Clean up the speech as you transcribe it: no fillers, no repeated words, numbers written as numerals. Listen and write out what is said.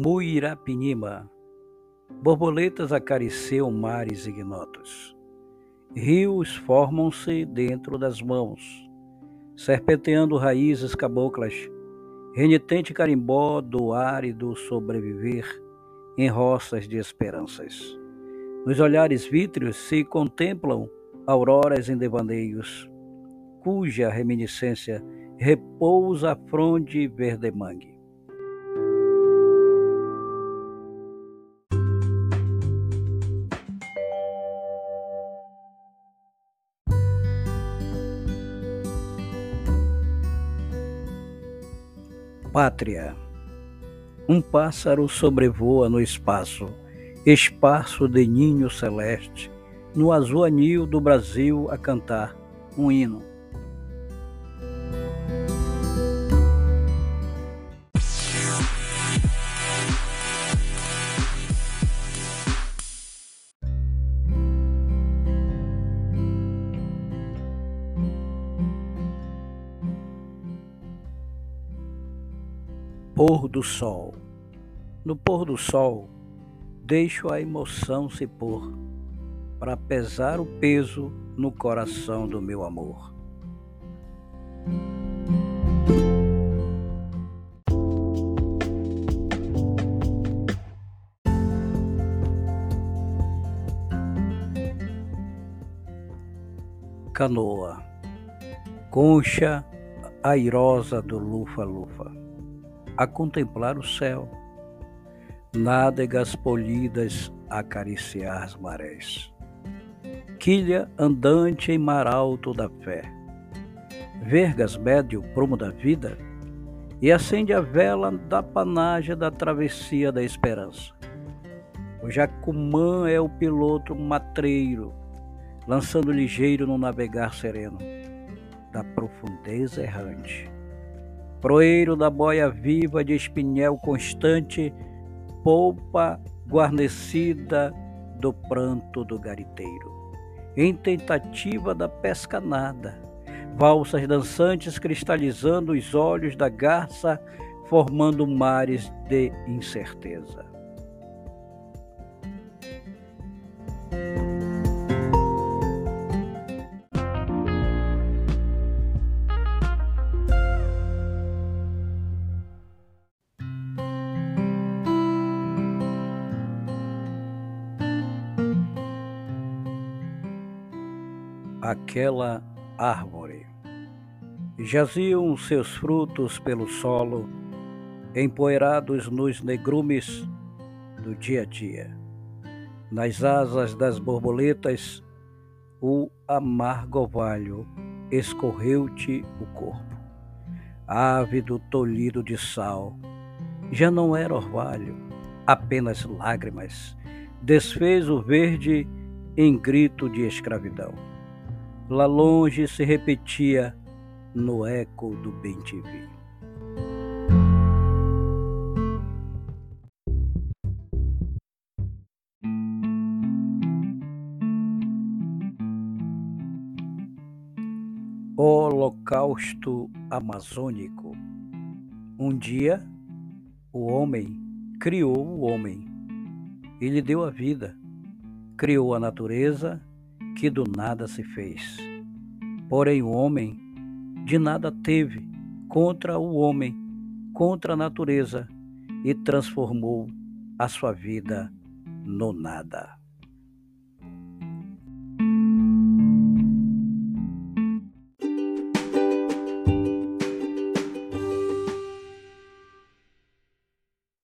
Muirapinima, borboletas acariciam mares ignotos. Rios formam-se dentro das mãos, serpenteando raízes caboclas, renitente carimbó do árido sobreviver em roças de esperanças. Nos olhares vítreos se contemplam auroras em devaneios, cuja reminiscência repousa a fronde verdemangue. Pátria. Um pássaro sobrevoa no espaço, esparso de ninho celeste, no azul anil do Brasil a cantar um hino. Pôr do sol. No pôr do sol, deixo a emoção se pôr, para pesar o peso no coração do meu amor. Canoa. Concha airosa do lufa-lufa, a contemplar o céu, nádegas polidas a acariciar as marés, quilha andante em mar alto da fé, vergas mede o prumo da vida e acende a vela da panagem da travessia da esperança. O jacumã é o piloto matreiro, lançando ligeiro no navegar sereno da profundeza errante. Proeiro da boia viva de espinhel constante, polpa guarnecida do pranto do gariteiro. Em tentativa da pesca nada, valsas dançantes cristalizando os olhos da garça, formando mares de incerteza. Aquela árvore. Jaziam seus frutos pelo solo, empoeirados nos negrumes do dia a dia. Nas asas das borboletas, o amargo orvalho escorreu-te o corpo. Ave do tolhido de sal, já não era orvalho, apenas lágrimas, desfez o verde em grito de escravidão. Lá longe se repetia no eco do bem-te-vi. Holocausto amazônico. Um dia, o homem criou o homem e lhe deu a vida. Criou a natureza, que do nada se fez. Porém o homem de nada teve contra o homem, contra a natureza, e transformou a sua vida no nada.